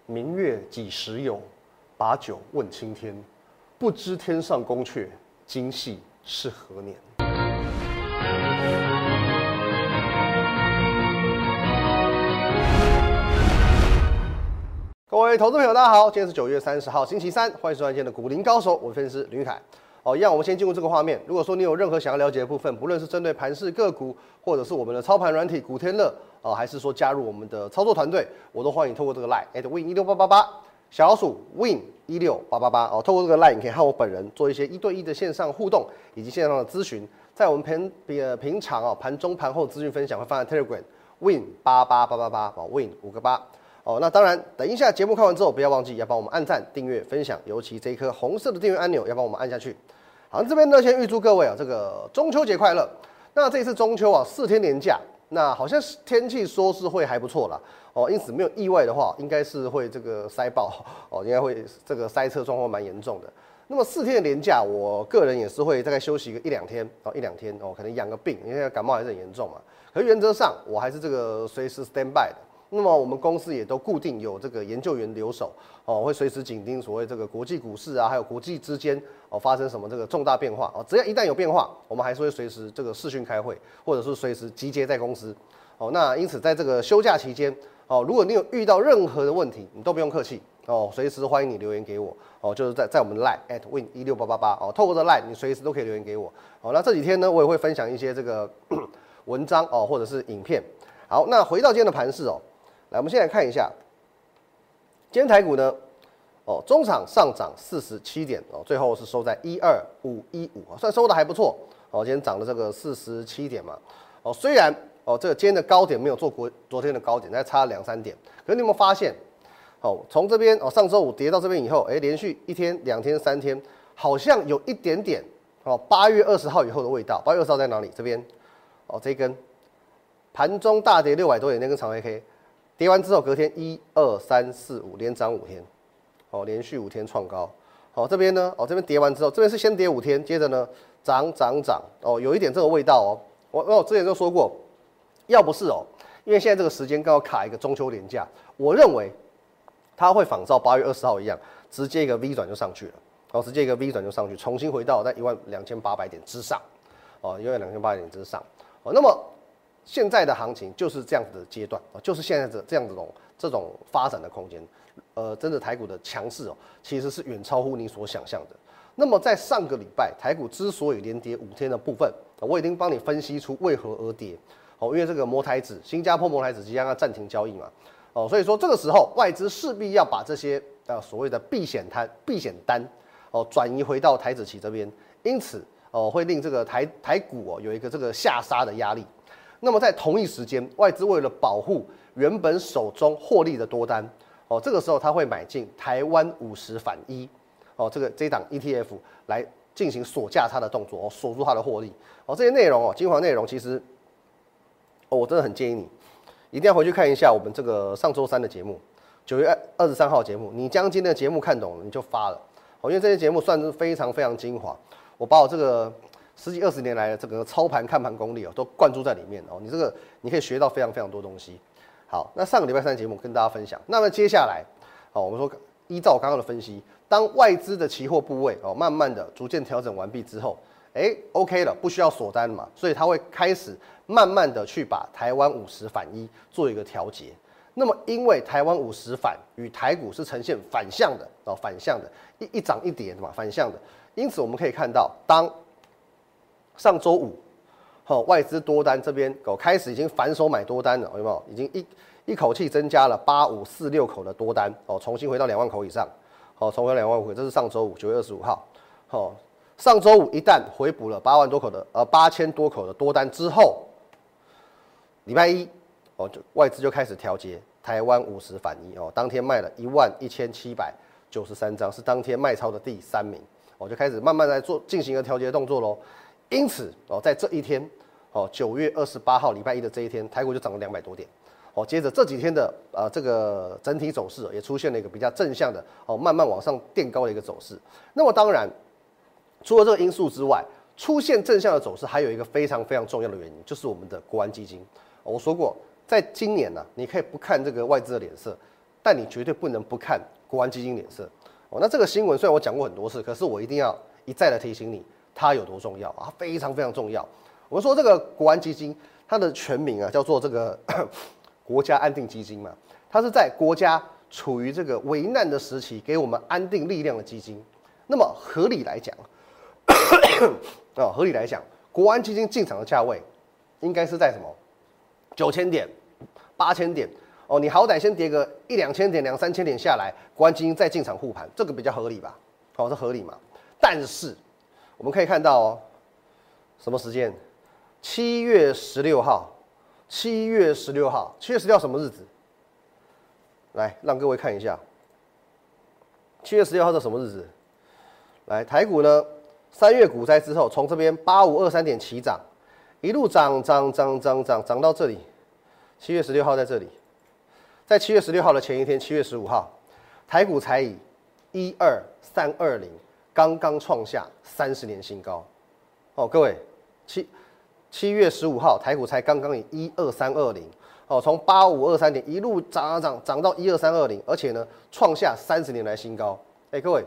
明月几时有？把酒问青天。不知天上宫阙，今夕是何年？各位投资朋友，大家好，今天是9月30号，星期三，欢迎收看今天的股林高手，我是分析师林玉凯。一样，我们先进入这个画面。如果说你有任何想要了解的部分，不论是针对盘势个股，或者是我们的操盘软体古天乐，还是说加入我们的操作团队，我都欢迎透过这个 line @win16888 小老鼠 win16888 透过这个 line 你可以和我本人做一些1对1的线上互动以及线上的咨询。在我们平常盘中盘后资讯分享会放在 Telegram win88888 win 5个8。那当然，等一下节目看完之后，不要忘记要帮我们按赞、订阅、分享，尤其这一颗红色的订阅按钮要帮我们按下去。好，这边呢先预祝各位这个中秋节快乐。那这一次中秋4天连假，那好像天气说是会还不错啦，因此没有意外的话，应该是会这个塞爆应该会这个塞车状况蛮严重的。那么4天的连假，我个人也是会大概休息个1-2天1-2天可能养个病，因为感冒还是很严重嘛。可是原则上我还是这个随时 stand by 的。那么我们公司也都固定有这个研究员留守会随时紧盯所谓这个国际股市还有国际之间发生什么这个重大变化只要一旦有变化，我们还是会随时这个视讯开会，或者是随时集结在公司那因此在这个休假期间如果你有遇到任何的问题，你都不用客气随时欢迎你留言给我就是在我们的 line @win16888透过这 line 你随时都可以留言给我那这几天呢，我也会分享一些这个文章或者是影片。好，那回到今天的盘势来，我们先来看一下，今天台股呢，中场上涨47点最后是收在12515，算收的还不错今天涨了这个47点嘛虽然这个今天的高点没有做昨天的高点，大概差了2-3点，可是你有没有发现从这边上周五跌到这边以后，连续1天、2天、3天，好像有一点点8月20号以后的味道。8月20号在哪里？这边这一根盘中大跌600多点那根长黑 K。跌完之后，隔天1、2、3、4、5连涨5天，连续5天创高。这边呢，这边跌完之后，这边是先跌5天，接着呢涨，有一点这个味道我之前就说过，要不是因为现在这个时间刚好卡一个中秋连假，我认为它会仿照8月20号一样，直接一个 V 转就上去了，直接一个 V 转就上去，重新回到在12800点之上，12800点之上。那么现在的行情就是这样子的阶段就是现在这样子这种发展的空间，真的台股的强势其实是远超乎你所想象的。那么在上个礼拜台股之所以连跌5天的部分，我已经帮你分析出为何而跌因为这个摩台指新加坡摩台指即将要暂停交易嘛所以说这个时候外资势必要把这些所谓的避险单转移回到台指期这边，因此会令这个台股有一个这个下杀的压力。那么在同一时间，外资为了保护原本手中获利的多单这个时候他会买进台湾50反1这档 ETF 来进行锁价差的动作锁住它的获利这些内容精华内容其实我真的很建议你一定要回去看一下我们这个上周3的节目，9月23号节目，你将今天的节目看懂了，你就发了因为这些节目算是非常非常精华，我把我这个10几20年来的这个操盘看盘功力都灌注在里面你可以学到非常非常多东西。好，那上个礼拜3的节目跟大家分享，那么接下来我们说依照我刚刚的分析，当外资的期货部位慢慢的逐渐调整完毕之后，OK 了，不需要锁单了嘛，所以它会开始慢慢的去把台湾50反1做一个调节。那么因为台湾50反与台股是呈现反向的反向的一涨一跌嘛，反向的，因此我们可以看到当上周五外资多单这边开始已经反手买多单了，有没有？已经一口气增加了8546口的多单重新回到2万口以上重回2万口，这是上周五9月25号上周五一旦回补了8000多口的多单之后，礼拜一外资就开始调节台湾50反1当天卖了11793张，是当天卖超的第3名就开始慢慢来进行一个调节动作咯。因此在这一天9月28号礼拜一的这一天，台股就涨了200多点接着这几天的这个整体走势也出现了一个比较正向的慢慢往上垫高的一个走势。那么当然除了这个因素之外，出现正向的走势还有一个非常非常重要的原因，就是我们的国安基金我说过在今年你可以不看这个外资的脸色， 但你绝对不能不看国安基金脸色。那这个新闻虽然我讲过很多次，可是我一定要一再的提醒你，它有多重要啊，非常非常重要。我们说这个国安基金，它的全名啊叫做这个国家安定基金嘛，它是在国家处于这个危难的时期，给我们安定力量的基金。那么合理来讲，合理来讲，国安基金进场的价位应该是在什么9000点、8000点。你好歹先跌个1-2000点、2-3000点下来，国安基金再进场护盘，这个比较合理吧？这合理嘛？但是我们可以看到什么时间？7月16号，7月16号，7月16号什么日子？来，让各位看一下，7月16号是什么日子？来，台股呢，3月股灾之后，从这边8523点起涨，一路涨到这里。7月16号在这里。在7月16号的前一天，7月15号，台股才以12320刚刚创下30年新高。各位，7月15号，台股才刚刚以12320从8523点一路涨到12320，而且呢，创下30年来新高。各位，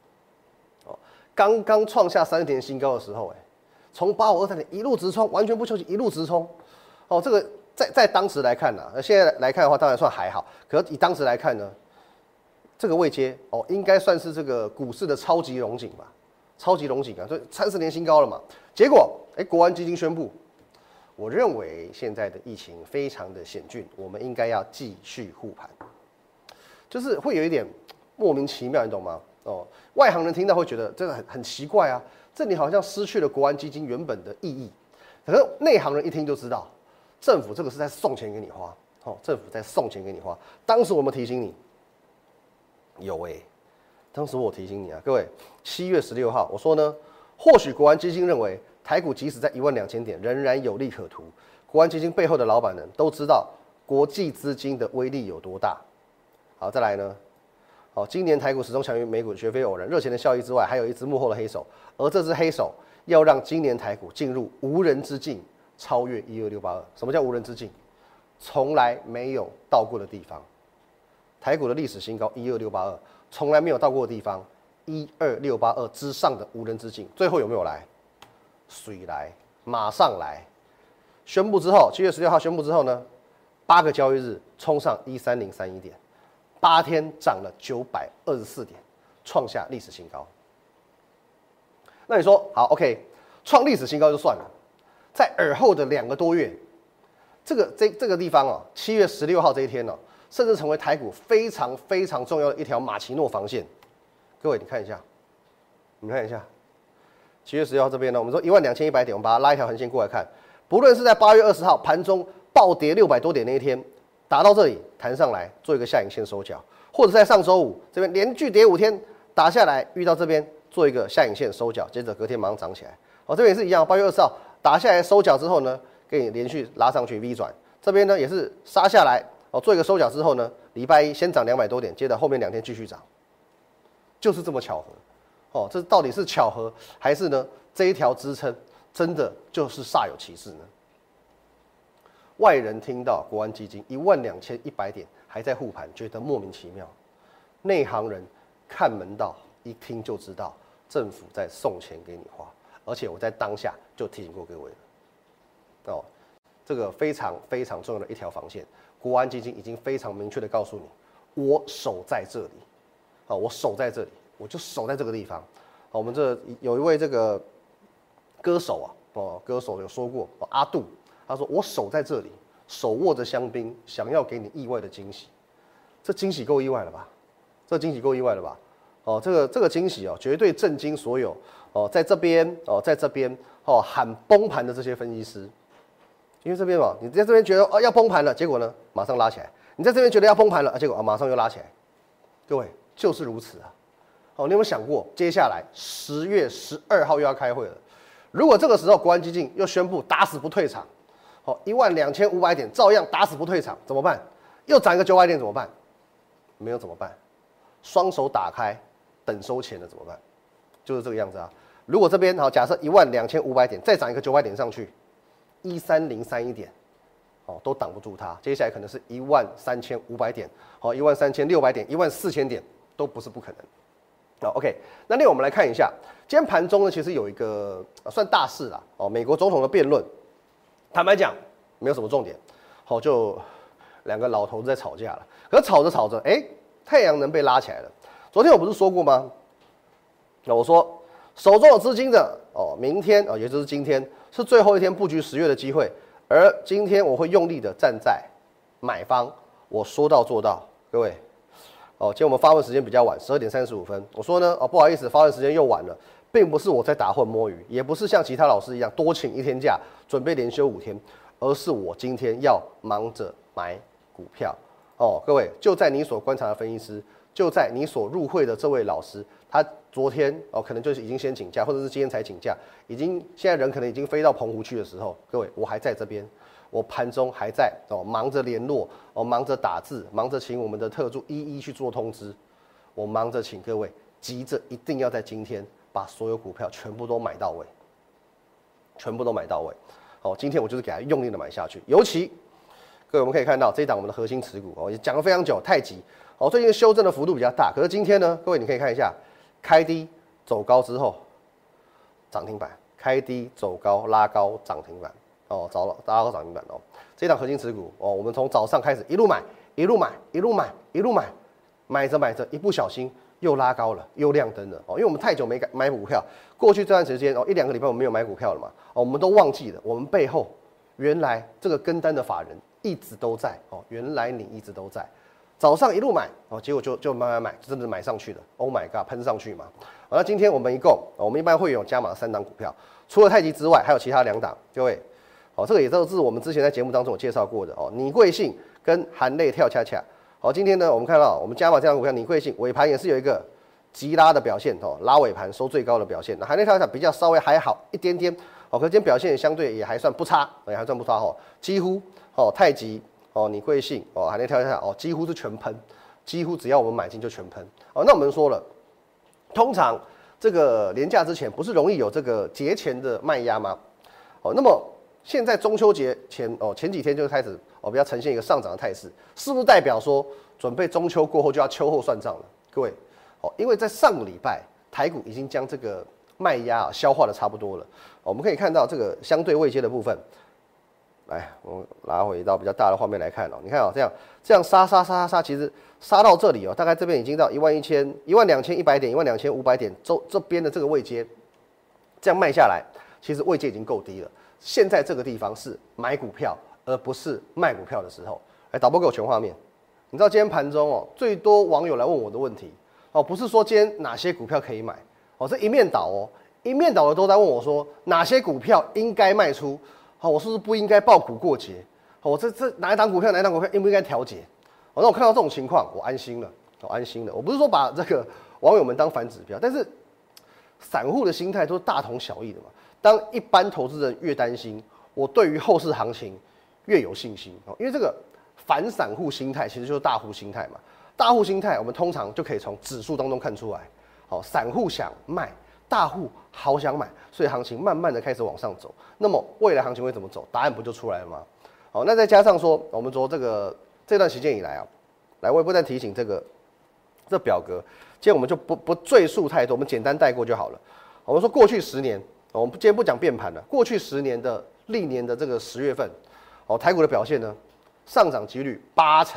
刚刚创下30年新高的时候，从8523点一路直冲，完全不休息，一路直冲。这个。在当时来看现在来看的话，当然算还好。可是以当时来看呢，这个位阶应该算是这个股市的超级龙井吧，超级龙井啊，所以30年新高了嘛。结果，国安基金宣布，我认为现在的疫情非常的险峻，我们应该要继续护盘，就是会有一点莫名其妙，你懂吗？外行人听到会觉得这个很奇怪啊，这里好像失去了国安基金原本的意义。可是内行人一听就知道。政府这个是在送钱给你花，政府在送钱给你花。当时我们提醒你，有当时我提醒你啊，各位，7月16号我说呢，或许国安基金认为台股即使在12000点仍然有利可图，国安基金背后的老板们都知道国际资金的威力有多大。好，再来呢，今年台股始终强于美股，绝非偶然。热钱的效益之外，还有一只幕后的黑手，而这只黑手要让今年台股进入无人之境。超越12682，什么叫无人之境？从来没有到过的地方。台股的历史新高12682，从来没有到过的地方12682之上的无人之境，最后有没有来？水来，马上来。宣布之后，7月16号宣布之后呢，8个交易日冲上13031点，8天涨了924点，创下历史新高。那你说好 ，OK， 创历史新高就算了。在尔后的2个多月，这个地方7月16号这一天甚至成为台股非常非常重要的一条马奇诺防线。各位，你看一下，7月16号这边呢，我们说12100点，我们把它拉一条横线过来看，不论是在8月20号盘中暴跌600多点那一天，打到这里弹上来做一个下影线收脚，或者在上周五这边连续跌5天打下来，遇到这边做一个下影线收脚，接着隔天马上涨起来。这边也是一样，8月20号。打下来收脚之后呢，给你连续拉上去 V 转，这边呢也是杀下来做一个收脚之后呢，礼拜一先涨200多点，接着后面2天继续涨，就是这么巧合这到底是巧合还是呢这一条支撑真的就是煞有其事呢？外人听到国安基金12100点还在护盘，觉得莫名其妙；内行人看门道，一听就知道政府在送钱给你花。而且我在当下就提醒过各位了，这个非常非常重要的一条防线，国安基金已经非常明确的告诉你，我守在这里，我守在这里，我就守在这个地方。我们这有一位这个歌手歌手有说过，阿杜，他说我守在这里，手握着香槟，想要给你意外的惊喜。这惊喜够意外了吧？这个惊喜绝对震惊所有在这边喊崩盘的这些分析师，因为这边你在这边觉得要崩盘了，结果呢马上拉起来；你在这边觉得要崩盘了，结果马上又拉起来。各位就是如此啊！你有没有想过，接下来10月12号又要开会了？如果这个时候国安基金又宣布打死不退场，12500点照样打死不退场，怎么办？又涨一个900点怎么办？没有怎么办？双手打开等收钱了怎么办？就是这个样子啊。如果这边假设12500点再涨一个900点上去，13031点， 都挡不住它。接下来可能是13500点，13600点、14000点都不是不可能。OK， 那另外我们来看一下，今天盘中呢，其实有一个算大事啦，美国总统的辩论，坦白讲没有什么重点，就两个老头子在吵架了。可是吵着吵着，太阳能被拉起来了。昨天我不是说过吗？我说手中有资金的明天也就是今天是最后一天布局10月的机会，而今天我会用力的站在买方，我说到做到。各位，今天我们发问时间比较晚，12点35分。我说呢，不好意思，发问时间又晚了，并不是我在打混摸鱼，也不是像其他老师一样多请1天假，准备连休5天，而是我今天要忙着买股票。各位，就在你所观察的分析师，就在你所入会的这位老师，他昨天可能就是已经先请假，或者是今天才请假，现在人可能已经飞到澎湖去的时候，各位，我还在这边，我盘中还在忙着联络，忙着打字，忙着请我们的特助一一去做通知，我忙着请各位急着一定要在今天把所有股票全部都买到位，全部都买到位。今天我就是给它用力的买下去，尤其各位我们可以看到这一档我们的核心持股也讲了非常久，太极最近修正的幅度比较大，可是今天呢，各位你可以看一下，开低走高之后涨停板，开低走高拉高涨停板拉高涨停板这一档核心持股我们从早上开始一路买，一路买，一路买，一路买，买着买着一不小心又拉高了，又亮灯了因为我们太久没买股票，过去这段时间1-2个礼拜我们没有买股票了嘛我们都忘记了，我们背后原来这个跟单的法人一直都在原来你一直都在。早上一路买结果就慢慢真的买上去了 ，Oh my god， 喷上去嘛。那今天我们我们一般会有加码3档股票，除了太极之外，还有其他2档。各位，这个也都是我们之前在节目当中有介绍过的拟贵信跟含泪跳恰恰。今天呢，我们看到我们加码这档股票拟贵信尾盘也是有一个急拉的表现拉尾盘收最高的表现。那含泪跳恰恰比较稍微还好一点点可是今天表现也相对也还算不差，也还算不差几乎太极。拟贵信含泪跳恰恰几乎是全喷，几乎只要我们买进就全喷那我们说了，通常这个连假之前不是容易有这个节前的卖压吗？那么现在中秋节前前几天就开始比较呈现一个上涨的态势，是不是代表说准备中秋过后就要秋后算账了？各位因为在上个礼拜台股已经将这个卖压消化的差不多了，我们可以看到这个相对位阶的部分。来，我们拉回到比较大的画面来看你看这样杀，其实杀到这里大概这边已经到12100、12100点、12500点这边的这个位阶，这样卖下来，其实位阶已经够低了。现在这个地方是买股票而不是卖股票的时候。导播给我全画面。你知道今天盘中最多网友来问我的问题不是说今天哪些股票可以买这一面倒一面倒的都在问我说哪些股票应该卖出。我是不是不应该抱股过节？我这哪一档股票应不应该调节？那我看到这种情况，我安心了，我不是说把这个网友们当反指标，但是散户的心态都是大同小异的嘛。当一般投资人越担心，我对于后市行情越有信心因为这个反散户心态其实就是大户心态嘛。大户心态我们通常就可以从指数当中看出来。散户想卖，大户好想买，所以行情慢慢的开始往上走。那么未来行情会怎么走？答案不就出来了吗？那再加上说，我们说这段时间以来来我也不断提醒这表格，今天我们就不赘述太多，我们简单带过就好了。我们说过去10年，我们今天不讲变盘了，过去10年的历年的这个10月份，台股的表现呢，上涨几率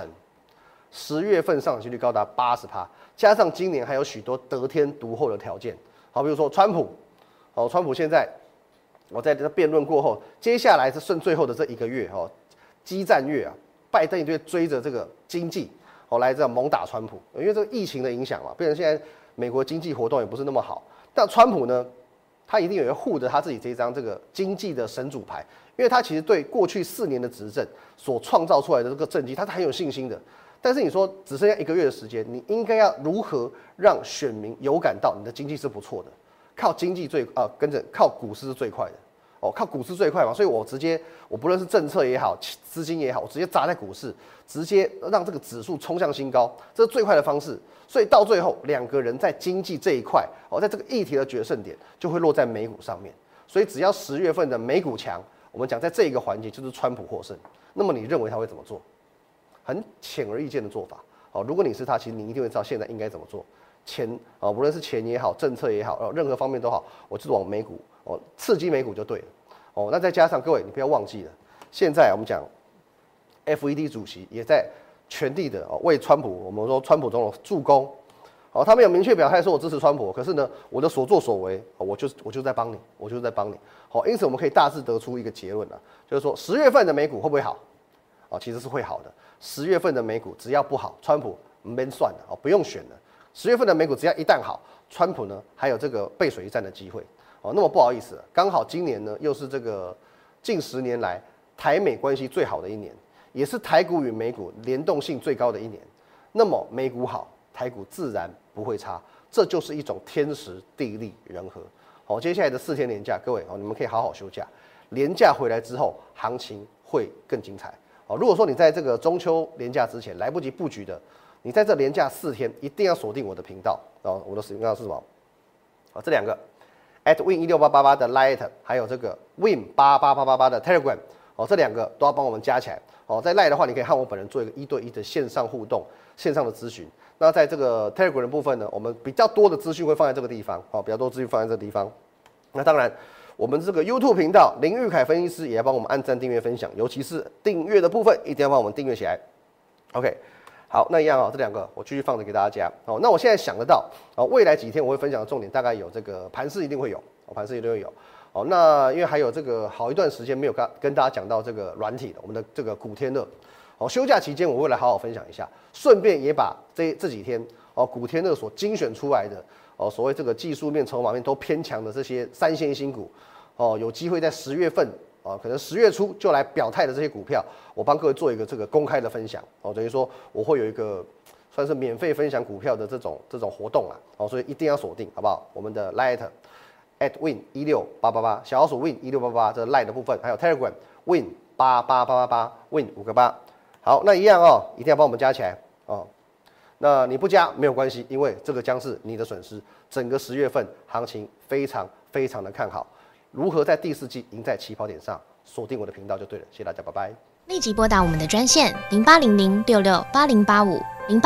80%，10月份上涨几率高达80%，加上今年还有许多得天独厚的条件。比如说川普现在我在这辩论过后，接下来是剩最后的这1个月激战月拜登一定会追着这个经济来这样猛打川普，因为这个疫情的影响嘛，变成现在美国经济活动也不是那么好。但川普呢，他一定有人护着他自己这一张这个经济的神主牌，因为他其实对过去4年的执政所创造出来的这个政绩，他是很有信心的。但是你说只剩下1个月的时间，你应该要如何让选民有感到你的经济是不错的？靠经济靠股市是最快的靠股市最快嘛，所以我不论是政策也好，资金也好，我直接砸在股市，直接让这个指数冲向新高，这是最快的方式。所以到最后2个人在经济这一块在这个议题的决胜点就会落在美股上面。所以只要10月份的美股强我们讲在这一个环节就是川普获胜，那么你认为他会怎么做？很显而易见的做法。如果你是他，其实你一定会知道现在应该怎么做。无论是钱也好，政策也好，任何方面都好，我就是往美股刺激美股就对了。那再加上各位，你不要忘记了，现在我们讲 FED 主席也在全力的为川普，我们说川普总统助攻。他没有明确表态说我支持川普，可是呢，我的所作所为，我就在帮你，我就是在帮你。因此我们可以大致得出一个结论就是说10月份的美股会不会好？其实是会好的。10月份的美股只要不好，川普没算了不用选了。10月份的美股只要一旦好，川普呢还有这个背水一战的机会。那么不好意思，刚好今年呢又是这个近10年来台美关系最好的一年，也是台股与美股联动性最高的一年。那么美股好，台股自然不会差，这就是一种天时地利人和。接下来的4天连假，各位你们可以好好休假。连假回来之后，行情会更精彩。如果说你在这个中秋连假之前来不及布局的，你在这连假4天一定要锁定我的频道。我的频道是什么？这2个 @win16888 的 Line， 还有这个 win88888 的 Telegram。这2个都要帮我们加起来。在 Line 的话，你可以和我本人做一个1对1的线上互动、线上的咨询。那在这个 Telegram 的部分呢，我们比较多的资讯会放在这个地方，比较多资讯放在这个地方。那当然，我们这个 YouTube 频道林玉凯分析师也要帮我们按赞、订阅、分享，尤其是订阅的部分，一定要帮我们订阅起来。OK， 好，那一样这2个我继续放着给大家加。那我现在想得到未来几天我会分享的重点大概有这个盘势一定会有，盘势一定会有。那因为还有这个好一段时间没有跟大家讲到这个软体的，我们的这个古天乐。休假期间我会来好好分享一下，顺便也把这几天古天乐所精选出来的所谓这个技术面、筹码面都偏强的这些3线新股有机会在10月份可能10月初就来表态的这些股票，我帮各位做一个这个公开的分享等于说我会有一个算是免费分享股票的这种活动所以一定要锁定好不好？我们的 Line @win16888 小老鼠 win16888 这 Line 的部分，还有 Telegram win88888 win 5个8。好，那一样一定要帮我们加起来那你不加没有关系，因为这个将是你的损失。整个10月份行情非常非常的看好，如何在第4季赢在起跑点上，锁定我的频道就对了。谢谢大家，拜拜。 立即拨打我们的专线0800668085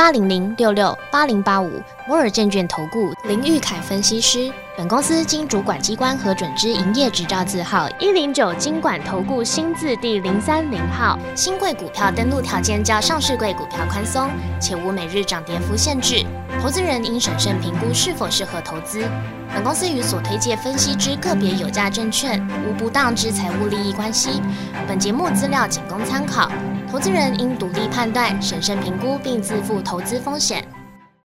0800668085摩尔证券投顾林玉凯分析师。本公司经主管机关核准之营业执照字号109金管投顾新字第030号。新贵股票登录条件较上市贵股票宽松，且无每日涨跌幅限制。投资人应审慎评估是否适合投资。本公司与所推介分析之个别有价证券无不当之财务利益关系。本节目资料仅供参考，投资人应独立判断、审慎评估并自负投资风险。